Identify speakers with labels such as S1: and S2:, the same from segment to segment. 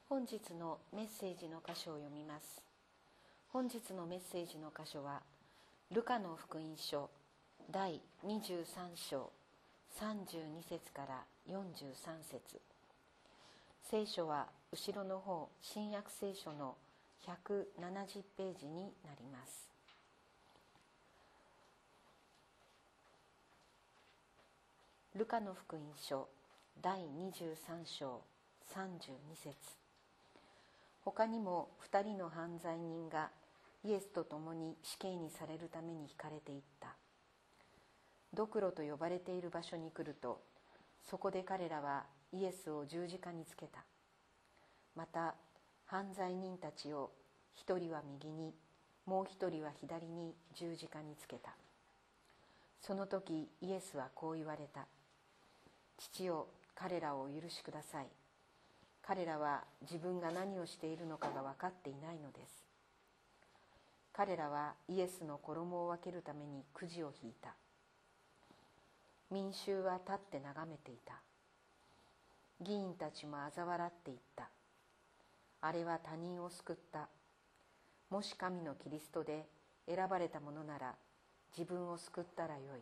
S1: 本日のメッセージの箇所を読みます。本日のメッセージの箇所はルカの福音書第23章32節から43節。聖書は後ろの方、新約聖書の170ページになります。ルカの福音書第23章32節。他にも2人の犯罪人がイエスと共に死刑にされるために引かれていった。ドクロと呼ばれている場所に来ると、そこで彼らはイエスを十字架につけた。また犯罪人たちを一人は右に、もう一人は左に十字架につけた。その時イエスはこう言われた。父よ、彼らをお許しください。彼らは自分が何をしているのかが分かっていないのです。彼らはイエスの衣を分けるためにくじを引いた。民衆は立って眺めていた。議員たちも嘲笑っていった。あれは他人を救った。もし神のキリストで選ばれたものなら自分を救ったらよい。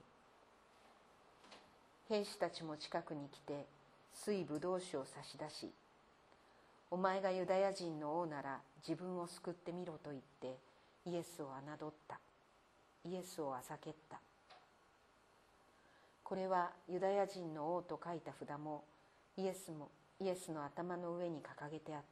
S1: 兵士たちも近くに来て水ぶどう酒を差し出し、お前がユダヤ人の王なら自分を救ってみろと言ってイエスを侮った。イエスをあざけった。これはユダヤ人の王と書いた札もイエスの頭の上に掲げてあった。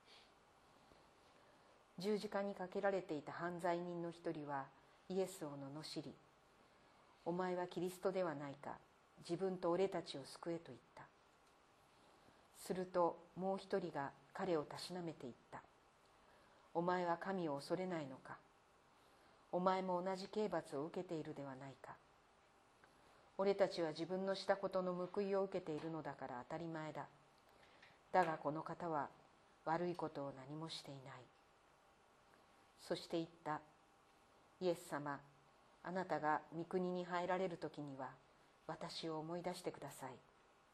S1: 十字架にかけられていた犯罪人の一人はイエスを罵り、お前はキリストではないか、自分と俺たちを救えと言った。するともう一人が彼をたしなめて言った。お前は神を恐れないのか。お前も同じ刑罰を受けているではないか。俺たちは自分のしたことの報いを受けているのだから当たり前だ。だがこの方は悪いことを何もしていない。そして言った。イエス様、あなたが御国に入られる時には私を思い出してください。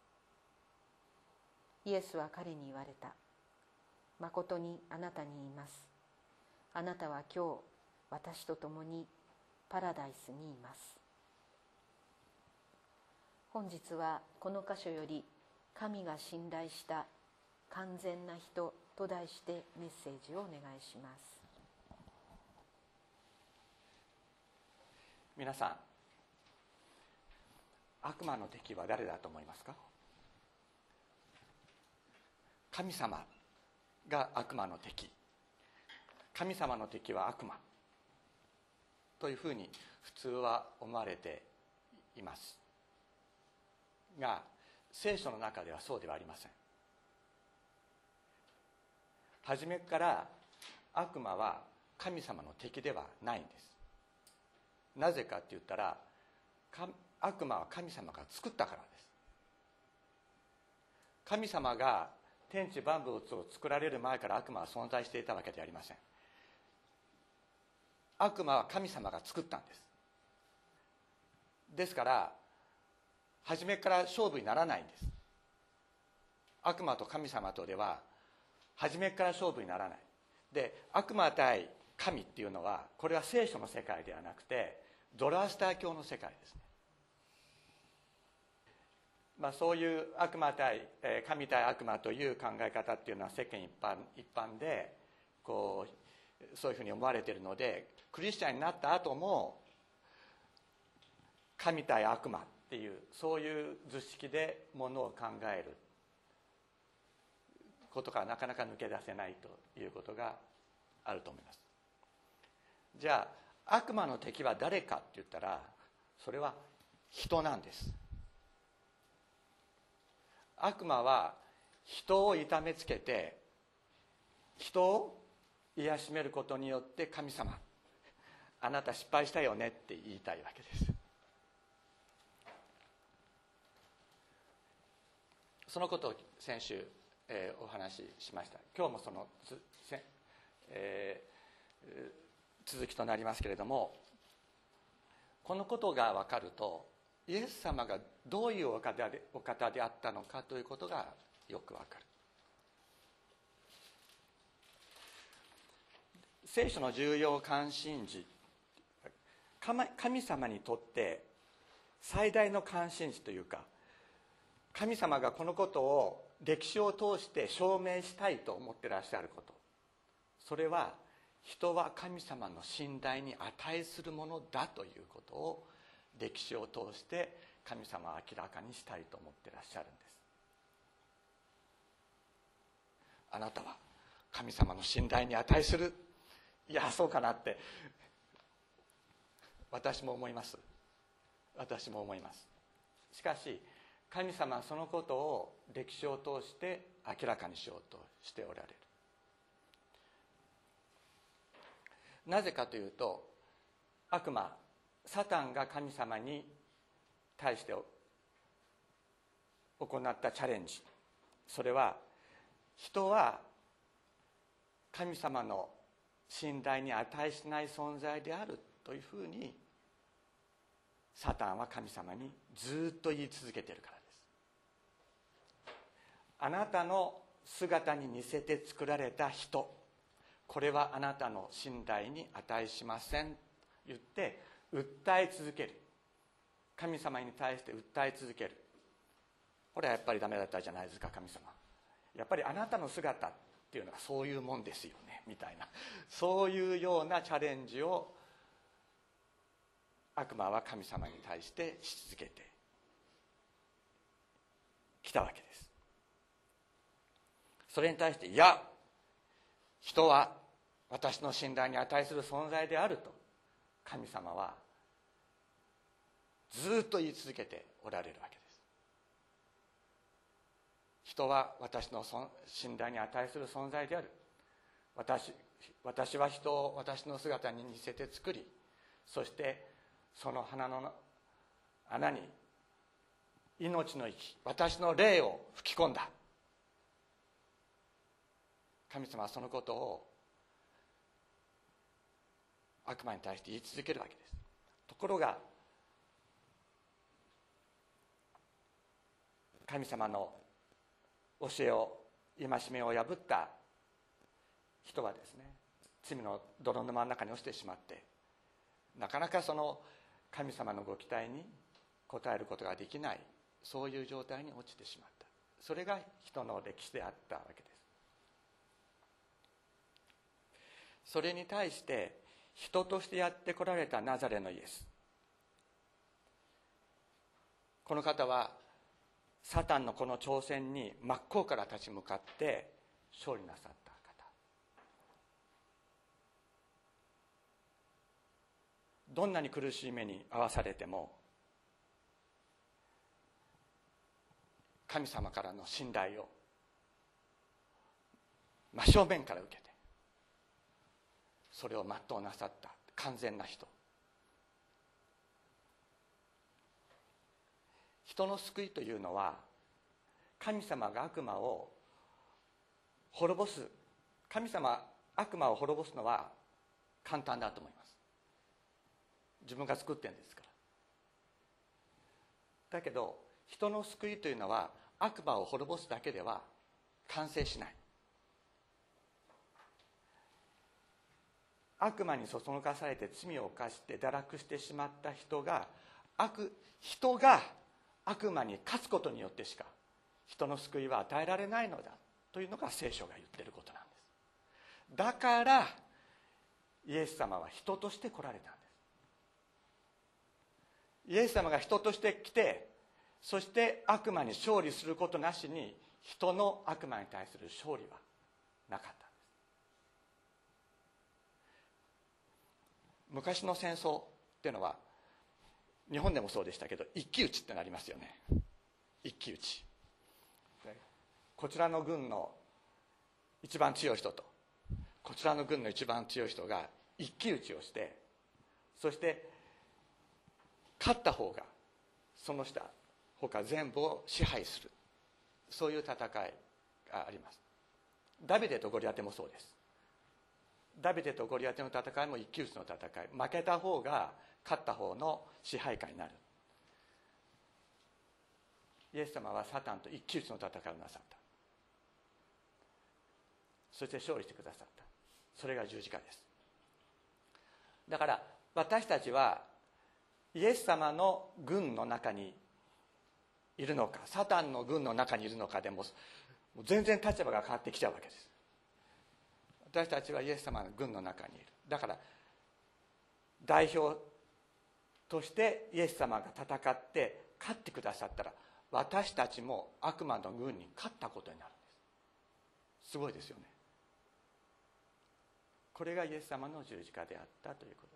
S1: イエスは彼に言われた。まことにあなたに言います。あなたは今日私と共にパラダイスにいます。本日はこの箇所より神が信頼した完全な人と題してメッセージをお願いします。
S2: 皆さん、悪魔の敵は誰だと思いますか？神様が悪魔の敵。神様の敵は悪魔というふうに普通は思われていますが、聖書の中ではそうではありません。初めから悪魔は神様の敵ではないんです。なぜかって言ったら、悪魔は神様が作ったからです。神様が天地万物を作られる前から悪魔は存在していたわけではありません。悪魔は神様が作ったんです。ですから初めから勝負にならないんです。悪魔と神様とでは初めから勝負にならない。で、悪魔対神っていうのは、これは聖書の世界ではなくてゾロアスター教の世界ですね。そういう悪魔対神対悪魔という考え方っていうのは世間一般でそういうふうに思われているので、クリスチャンになった後も神対悪魔っていうそういう図式でものを考えることがなかなか抜け出せないということがあると思います。じゃあ悪魔の敵は誰かって言ったら、それは人なんです。悪魔は人を痛めつけて、人を癒しめることによって、神様、あなた失敗したよねって言いたいわけです。そのことを先週、お話ししました。今日もその続きとなりますけれども、このことが分かると、イエス様がどういうお方であったのかということがよく分かる。 聖書の重要関心事、神様にとって最大の関心事というか、神様がこのことを歴史を通して証明したいと思ってらっしゃること、それは人は神様の信頼に値するものだということを歴史を通して神様は明らかにしたいと思ってらっしゃるんです。あなたは神様の信頼に値する、いやそうかなって私も思います。しかし神様はそのことを歴史を通して明らかにしようとしておられる。なぜかというと、悪魔サタンが神様に対して行ったチャレンジ、それは人は神様の信頼に値しない存在であるというふうにサタンは神様にずっと言い続けているからです。あなたの姿に似せて作られた人、これはあなたの信頼に値しませんと言って訴え続ける。神様に対して訴え続ける。これはやっぱりダメだったじゃないですか。神様やっぱりあなたの姿っていうのはそういうもんですよねみたいな、そういうようなチャレンジを悪魔は神様に対してし続けてきたわけです。それに対して、いや人は私の信頼に値する存在であると神様はずっと言い続けておられるわけです。人は私の信頼に値する存在である。私は人を私の姿に似せて作り、そしてその鼻の穴に命の息、私の霊を吹き込んだ。神様はそのことを悪魔に対して言い続けるわけです。ところが神様の教えを、戒めを破った人はですね、罪の泥沼の中に落ちてしまって、なかなかその神様のご期待に応えることができない、そういう状態に落ちてしまった。それが人の歴史であったわけです。それに対して人としてやってこられたナザレのイエス、この方はサタンのこの挑戦に真っ向から立ち向かって勝利なさった方。どんなに苦しい目に遭わされても神様からの信頼を真正面から受けて、それを全うなさった完全な人。人の救いというのは、神様が悪魔を滅ぼす、悪魔を滅ぼすのは簡単だと思います。自分が作ってるんですから。だけど人の救いというのは悪魔を滅ぼすだけでは完成しない。悪魔にそそのかされて罪を犯して堕落してしまった人が悪魔に勝つことによってしか人の救いは与えられないのだというのが聖書が言っていることなんです。だからイエス様は人として来られたんです。イエス様が人として来て、そして悪魔に勝利することなしに人の悪魔に対する勝利はなかったんです。昔の戦争っていうのは日本でもそうでしたけど、一騎打ちってなりますよね。一騎打ち、こちらの軍の一番強い人とこちらの軍の一番強い人が一騎打ちをして、そして勝った方がその他全部を支配する、そういう戦いがあります。ダビデとゴリアテもそうです。ダビデとゴリアテの戦いも一騎打ちの戦い、負けた方が勝った方の支配下になる。イエス様はサタンと一騎打ちの戦いをなさった。そして勝利してくださった。それが十字架です。 だから私たちはイエス様の軍の中にいるのか、サタンの軍の中にいるのかでも全然立場が変わってきちゃうわけです。私たちはイエス様の軍の中にいる。だから代表としてイエス様が戦って勝ってくださったら、私たちも悪魔の軍に勝ったことになるんです。すごいですよね。これがイエス様の十字架であったということ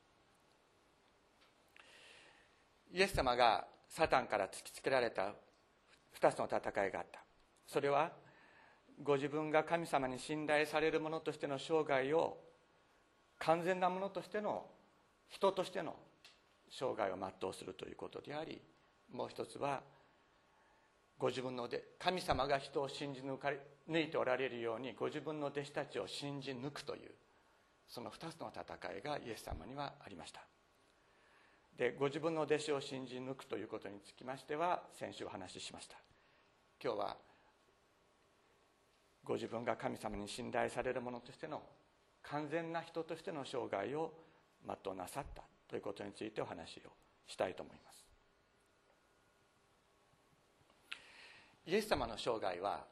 S2: です。イエス様がサタンから突きつけられた2つの戦いがあった。それはご自分が神様に信頼される者としての生涯を、完全なものとしての、人としての生涯を全うするということであり、もう一つはご自分の神様が人を信じ抜いておられるように、ご自分の弟子たちを信じ抜くという、その2つの戦いがイエス様にはありました。で、ご自分の弟子を信じ抜くということにつきましては先週お話ししました。今日はご自分が神様に信頼される者としての完全な人としての生涯を全うなさったということについてお話をしたいと思います。イエス様の生涯は、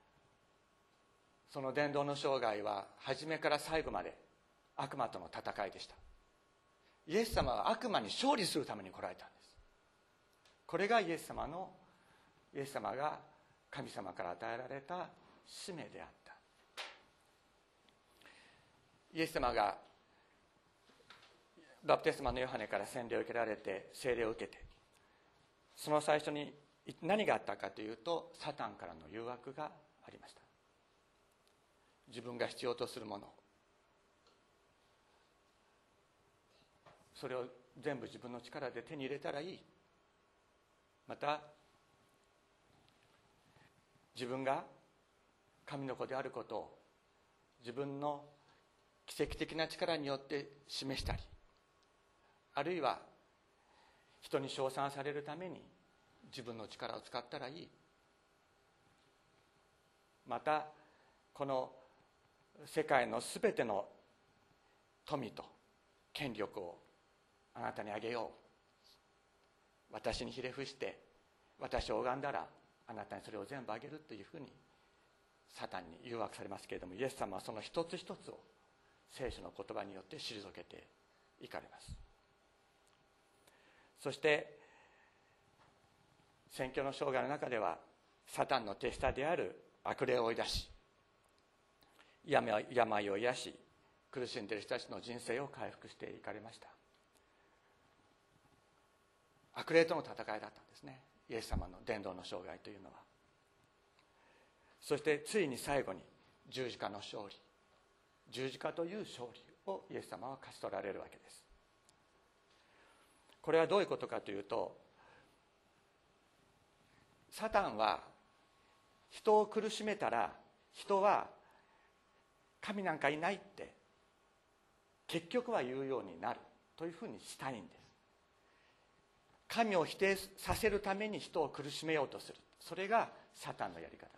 S2: その伝道の生涯は初めから最後まで悪魔との戦いでした。イエス様は悪魔に勝利するために来られたんです。これがイエス様が神様から与えられた使命であった。イエス様がバプテスマのヨハネから洗礼を受けられて、聖霊を受けて、その最初に何があったかというと、サタンからの誘惑がありました。自分が必要とするもの、それを全部自分の力で手に入れたらいい。また自分が神の子であることを自分の奇跡的な力によって示したり、あるいは人に称賛されるために自分の力を使ったらいい。またこの世界のすべての富と権力をあなたにあげよう。私にひれ伏して私を拝んだらあなたにそれを全部あげるというふうにサタンに誘惑されますけれども、イエス様はその一つ一つを聖書の言葉によって退けていかれます。そして宣教の生涯の中ではサタンの手下である悪霊を追い出し、病を癒し、苦しんでいる人たちの人生を回復していかれました。悪霊との戦いだったんですね、イエス様の伝道の生涯というのは。そしてついに最後に十字架の勝利、十字架という勝利をイエス様は勝ち取られるわけです。これはどういうことかというと、サタンは人を苦しめたら、人は神なんかいないって結局は言うようになるというふうにしたいんです。神を否定させるために人を苦しめようとする、それがサタンのやり方です。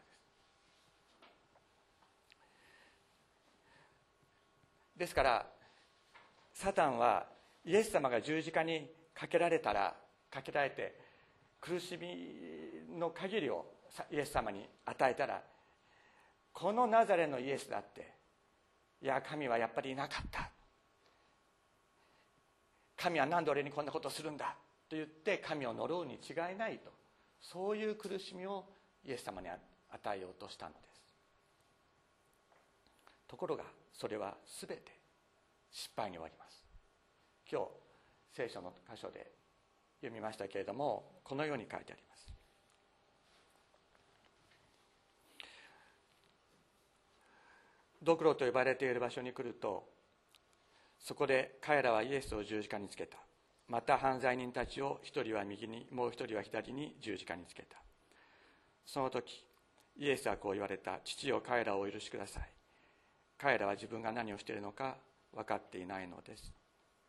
S2: ですからサタンはイエス様が十字架にかけられて苦しみの限りをイエス様に与えたら、このナザレのイエスだって、いや神はやっぱりいなかった、神は何で俺にこんなことするんだと言って神を呪うに違いないと、そういう苦しみをイエス様に与えようとしたのです。ところがそれは全て失敗に終わります。今日聖書の箇所で読みましたけれども、このように書いてあります。ドクロと呼ばれている場所に来ると、そこで彼らはイエスを十字架につけた。また犯罪人たちを一人は右にもう一人は左に十字架につけた。その時イエスはこう言われた。父よ、彼らをお許しください。彼らは自分が何をしているのか分かっていないのです。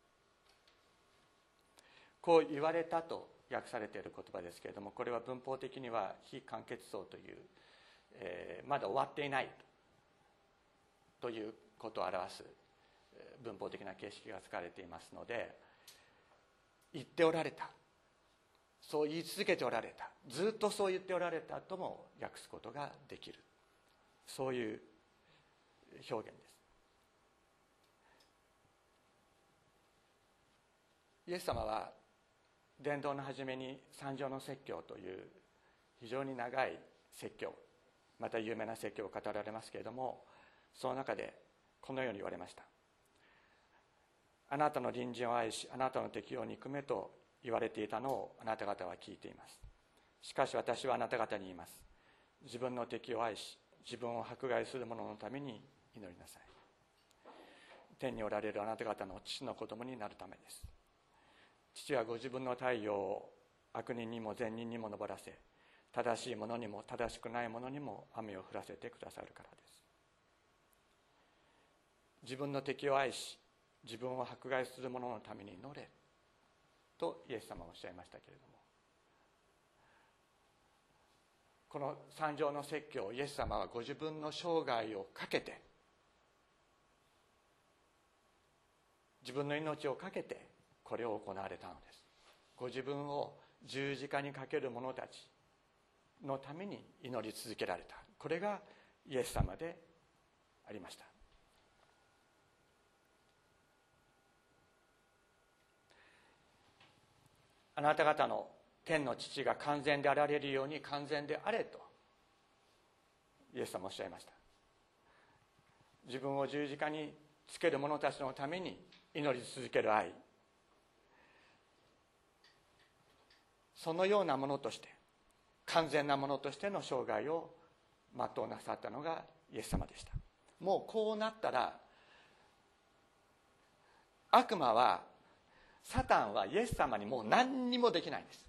S2: こう言われたと訳されている言葉ですけれども、これは文法的には非完結層という、まだ終わっていないということを表す文法的な形式が使われていますので、言っておられた、そう言い続けておられた、ずっとそう言っておられたとも訳すことができる、そういう表現です。イエス様は伝道の初めに三条の説教という非常に長い説教、また有名な説教を語られますけれども、その中でこのように言われました。あなたの隣人を愛し、あなたの敵を憎めと言われていたのをあなた方は聞いています。しかし私はあなた方に言います。自分の敵を愛し、自分を迫害する者のために祈りなさい。天におられるあなた方の父の子供になるためです。父はご自分の太陽を悪人にも善人にも昇らせ、正しい者にも正しくない者にも雨を降らせてくださるからです。自分の敵を愛し、自分を迫害する者のために祈れとイエス様はおっしゃいましたけれども、この三条の説教をイエス様はご自分の生涯をかけて、自分の命をかけてこれを行われたのです。ご自分を十字架にかける者たちのために祈り続けられた、これがイエス様でありました。あなた方の天の父が完全であられるように完全であれとイエス様おっしゃいました。自分を十字架につける者たちのために祈り続ける愛、そのようなものとして、完全なものとしての生涯を全うなさったのがイエス様でした。もうこうなったら、悪魔は、サタンはイエス様にもう何にもできないんです。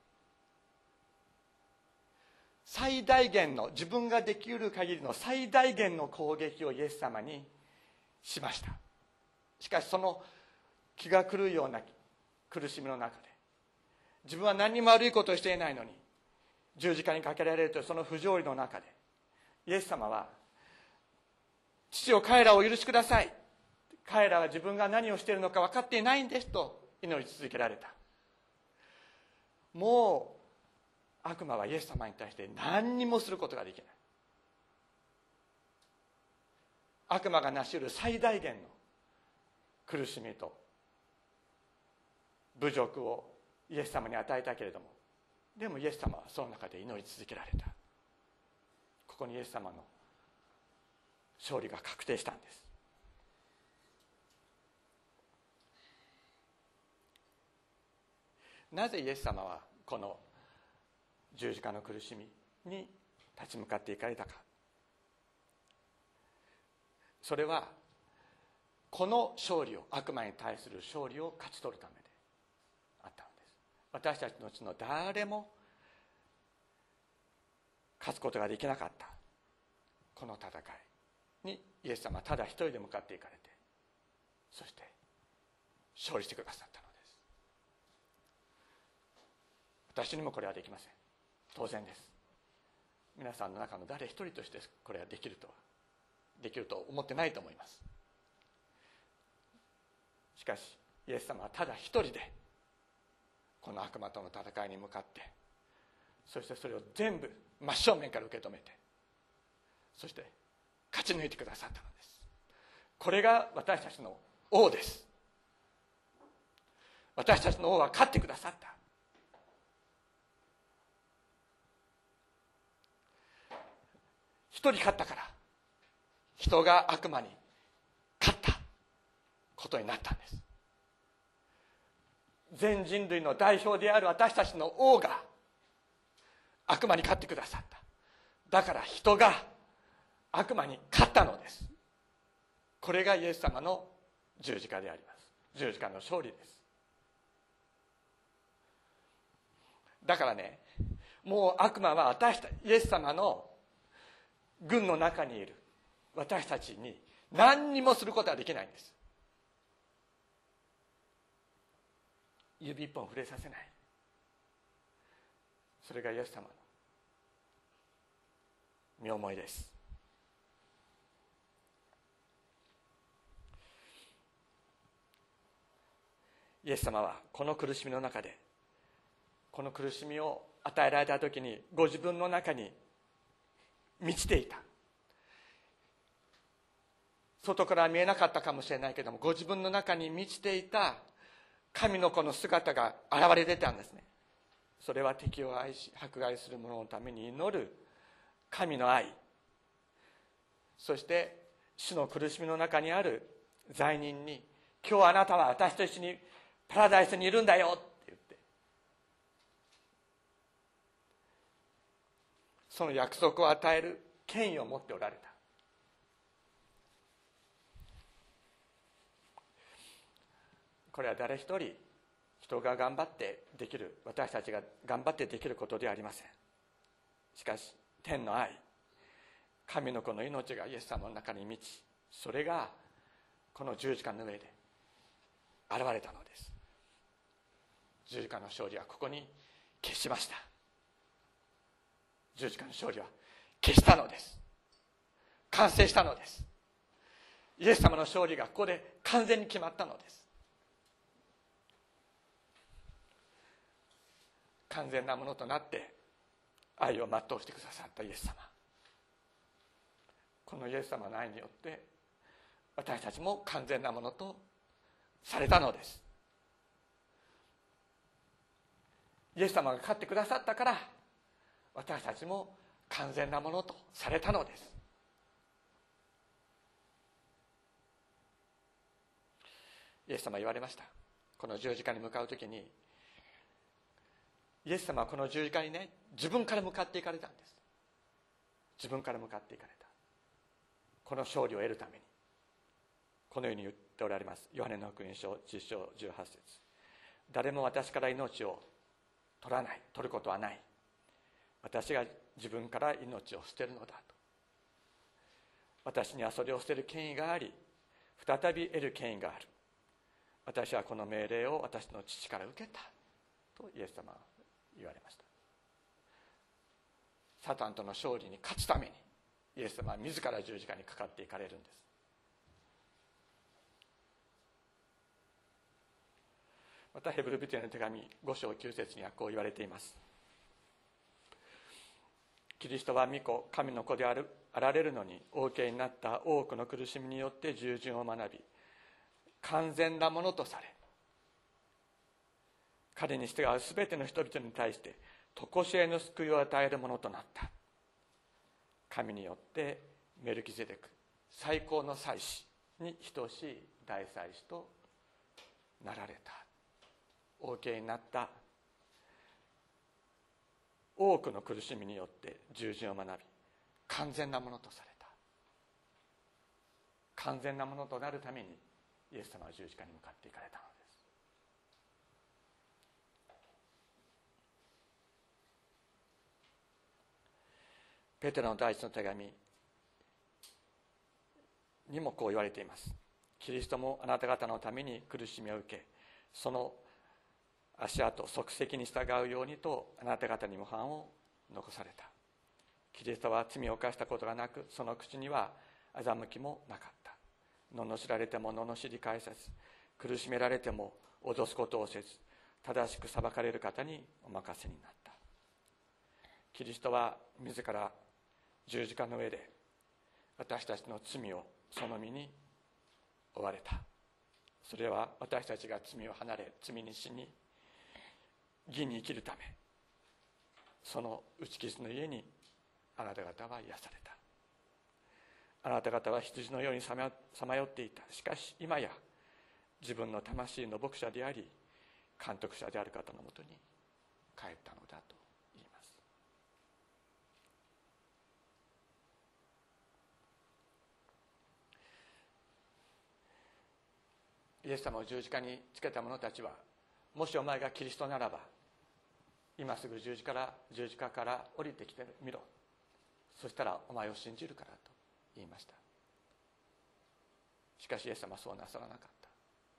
S2: 最大限の、自分ができる限りの最大限の攻撃をイエス様にしました。しかしその気が狂うような苦しみの中で、自分は何にも悪いことをしていないのに十字架にかけられるというその不条理の中で、イエス様は、父を彼らをお許しください、彼らは自分が何をしているのか分かっていないんですと祈り続けられた。もう悪魔はイエス様に対して何にもすることができない。悪魔が成し得る最大限の苦しみと侮辱をイエス様に与えたけれども、でもイエス様はその中で祈り続けられた。ここにイエス様の勝利が確定したんです。なぜイエス様はこの十字架の苦しみに立ち向かっていかれたか。それはこの勝利を、悪魔に対する勝利を勝ち取るためであったのです。私たちのうちの誰も勝つことができなかったこの戦いにイエス様はただ一人で向かっていかれて、そして勝利してくださったのです。私にもこれはできません。当然です。皆さんの中の誰一人としてこれはできると思ってないと思います。しかしイエス様はただ一人でこの悪魔との戦いに向かって、そしてそれを全部真正面から受け止めて、そして勝ち抜いてくださったのです。これが私たちの王です。私たちの王は勝ってくださった。一人勝ったから人が悪魔に勝ったことになったんです。全人類の代表である私たちの王が悪魔に勝ってくださった。だから人が悪魔に勝ったのです。これがイエス様の十字架であります。十字架の勝利です。だからね、もう悪魔はイエス様の軍の中にいる私たちに何にもすることはできないんです。指一本触れさせない。それがイエス様の身思いです。 イエス様はこの苦しみの中で、この苦しみを与えられた時にご自分の中に満ちていた。外からは見えなかったかもしれないけども、ご自分の中に満ちていた神の子の姿が現れてたんですね。それは敵を愛し迫害する者のために祈る神の愛、そして主の苦しみの中にある罪人に、今日あなたは私と一緒にパラダイスにいるんだよって言って、その約束を与える権威を持っておられた。これは誰一人人が頑張ってできる、私たちが頑張ってできることではありません。しかし天の愛、神の子の命がイエス様の中に満ち、それがこの十字架の上で現れたのです。十字架の勝利はここに決しました。十字架の勝利は決したのです。完成したのです。イエス様の勝利がここで完全に決まったのです。完全なものとなって愛を全うしてくださったイエス様、このイエス様の愛によって私たちも完全なものとされたのです。イエス様が勝ってくださったから私たちも完全なものとされたのです。イエス様は言われました。この十字架に向かうときに、イエス様はこの十字架にね、自分から向かっていかれたんです。自分から向かっていかれた。この勝利を得るために、このように言っておられます。ヨハネの福音書10章18節、誰も私から命を取らない、取ることはない。私が自分から命を捨てるのだと。私にはそれを捨てる権威があり、再び得る権威がある。私はこの命令を私の父から受けたとイエス様は言われました。サタンとの勝利に勝つためにイエス様は自ら十字架にかかっていかれるんです。またヘブル人への手紙5章9節にはこう言われています。キリストは御子、神の子であられるのに、お受けになった多くの苦しみによって従順を学び、完全なものとされ、彼に従うすべての人々に対して常しえの救いを与えるものとなった。神によってメルキゼデク、最高の祭司に等しい大祭司となられた。お受けになった多くの苦しみによって従順を学び、完全なものとされた。完全なものとなるためにイエス様は十字架に向かっていかれたのです。ペテロの第一の手紙にもこう言われています。キリストもあなた方のために苦しみを受け、その足跡足跡に従うようにとあなた方に模範を残された。キリストは罪を犯したことがなく、その口には欺きもなかった。罵られても罵り返さず、苦しめられても脅すことをせず、正しく裁かれる方にお任せになった。キリストは自ら十字架の上で私たちの罪をその身に負われた。それは私たちが罪を離れ、罪に死に義に生きるため、その打ち傷の家にあなた方は癒された。あなた方は羊のようにさまよっていた。しかし今や自分の魂の牧者であり監督者である方のもとに帰ったのだと言います。イエス様を十字架につけた者たちは、もしお前がキリストならば今すぐ十字架から降りてきてみろ、そしたらお前を信じるからと言いました。しかしイエス様はそうなさらなかった。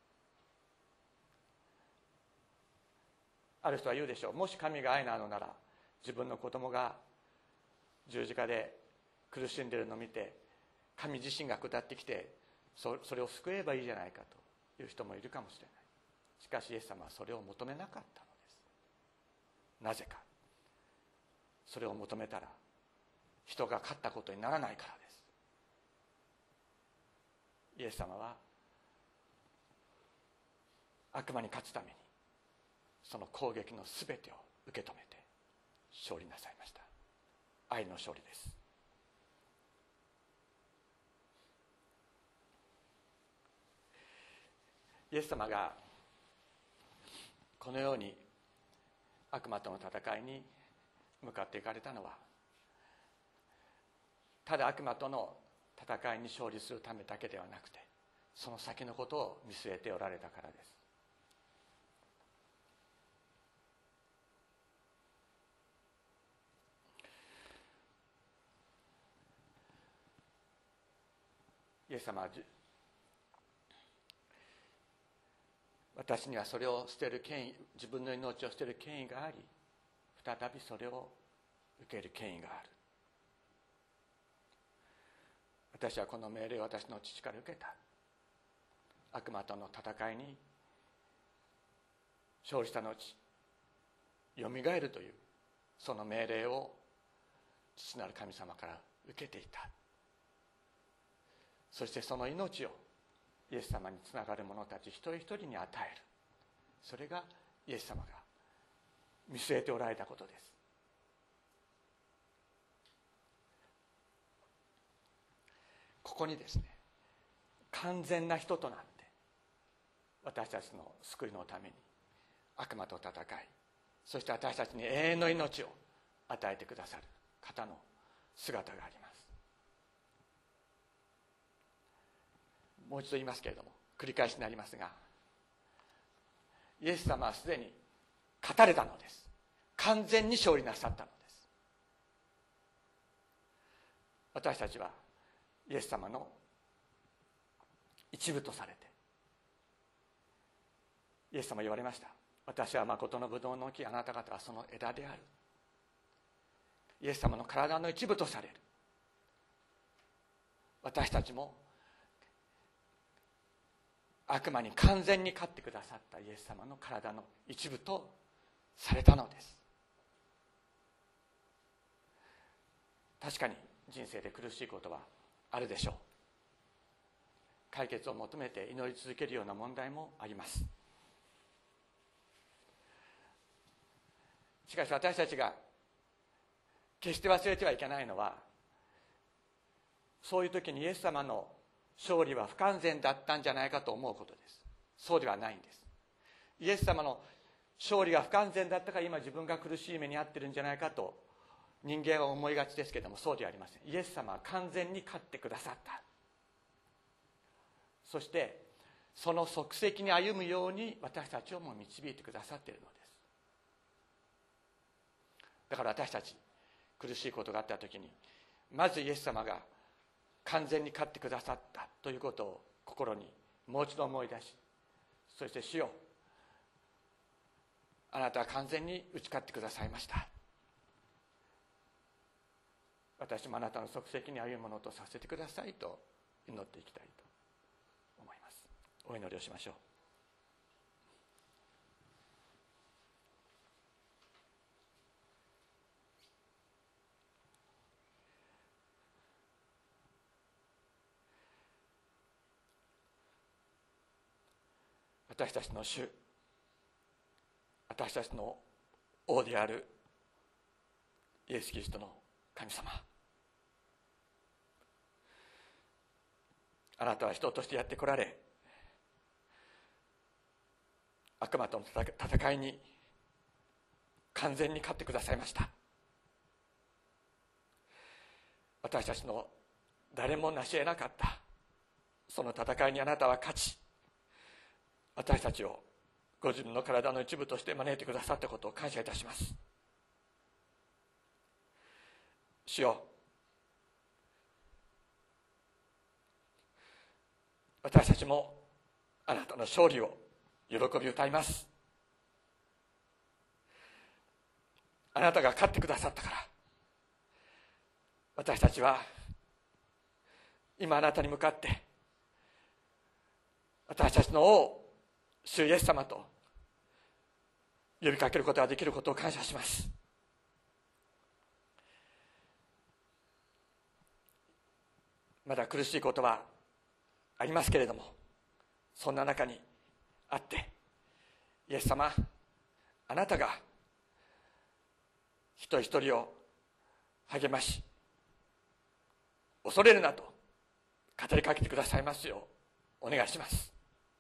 S2: ある人は言うでしょう。もし神が愛なのなら、自分の子供が十字架で苦しんでいるのを見て、神自身が下ってきてそれを救えばいいじゃないかという人もいるかもしれない。 しかしイエス様はそれを求めなかったのです。なぜか。それを求めたら人が勝ったことにならないからです。イエス様は悪魔に勝つためにその攻撃のすべてを受け止めて勝利なさいました。愛の勝利です。イエス様がこのように悪魔との戦いに向かっていかれたのは、ただ悪魔との戦いに勝利するためだけではなくて、その先のことを見据えておられたからです。イエス様は私にはそれを捨てる権威、自分の命を捨てる権威があり、再びそれを受ける権威がある。私はこの命令を私の父から受けた。悪魔との戦いに勝利した後、よみがえるというその命令を父なる神様から受けていた。そしてその命をイエス様につながる者たち一人一人に与える。それがイエス様が見据えておられたことです。ここにですね、完全な人となって私たちの救いのために悪魔と戦い、そして私たちに永遠の命を与えてくださる方の姿があります。もう一度言いますけれども、繰り返しになりますが、イエス様はすでに勝たれたのです。完全に勝利なさったのです。私たちはイエス様の一部とされて、イエス様言われました。私は誠のブドウの木、あなた方はその枝である。イエス様の体の一部とされる。私たちも悪魔に完全に勝ってくださったイエス様の体の一部とされたのです。確かに人生で苦しいことはあるでしょう。解決を求めて祈り続けるような問題もあります。しかし私たちが決して忘れてはいけないのは、そういう時にイエス様の勝利は不完全だったんじゃないかと思うことです。そうではないんです。イエス様の勝利が不完全だったから今自分が苦しい目に遭ってるんじゃないかと人間は思いがちですけれども、そうではありません。イエス様は完全に勝ってくださった。そしてその足跡に歩むように私たちをも導いてくださっているのです。だから私たち苦しいことがあった時に、まずイエス様が完全に勝ってくださったということを心にもう一度思い出し、そして主よ、あなたは完全に打ち勝ってくださいました。私もあなたの足跡に歩むものとさせてくださいと祈っていきたいと思います。お祈りをしましょう。私たちの主、私たちの王であるイエス・キリストの神様、あなたは人としてやってこられ、悪魔との戦いに完全に勝ってくださいました。私たちの誰も成し得なかったその戦いにあなたは勝ち、私たちをご自分の体の一部として招いてくださったことを感謝いたします。主よ、私たちもあなたの勝利を喜び歌います。あなたが勝ってくださったから、私たちは今あなたに向かって私たちの王、 主イエス様と呼びかけることができることを感謝します。まだ苦しいことはありますけれども、そんな中にあって、イエス様、あなたが人一人を励まし、恐れるなと語りかけてくださいますようお願いします。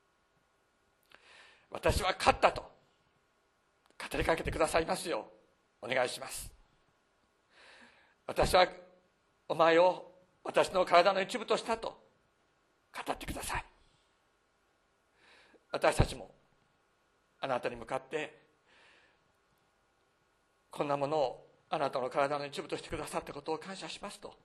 S2: 私は勝ったと語りかけてくださいますようお願いします。私はお前を私の体の一部としたと語ってください。私たちもあなたに向かって、こんなものをあなたの体の一部としてくださったことを感謝しますと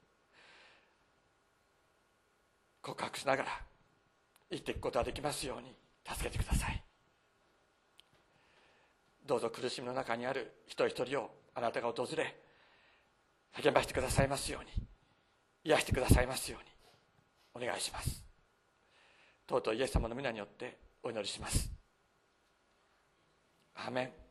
S2: 告白しながら生きていくことができますように助けてください。どうぞ苦しみの中にある人一人をあなたが訪れ、励ましてくださいますように、癒してくださいますようにお願いします。とうとうイエス様の皆によってお祈りします。アーメン。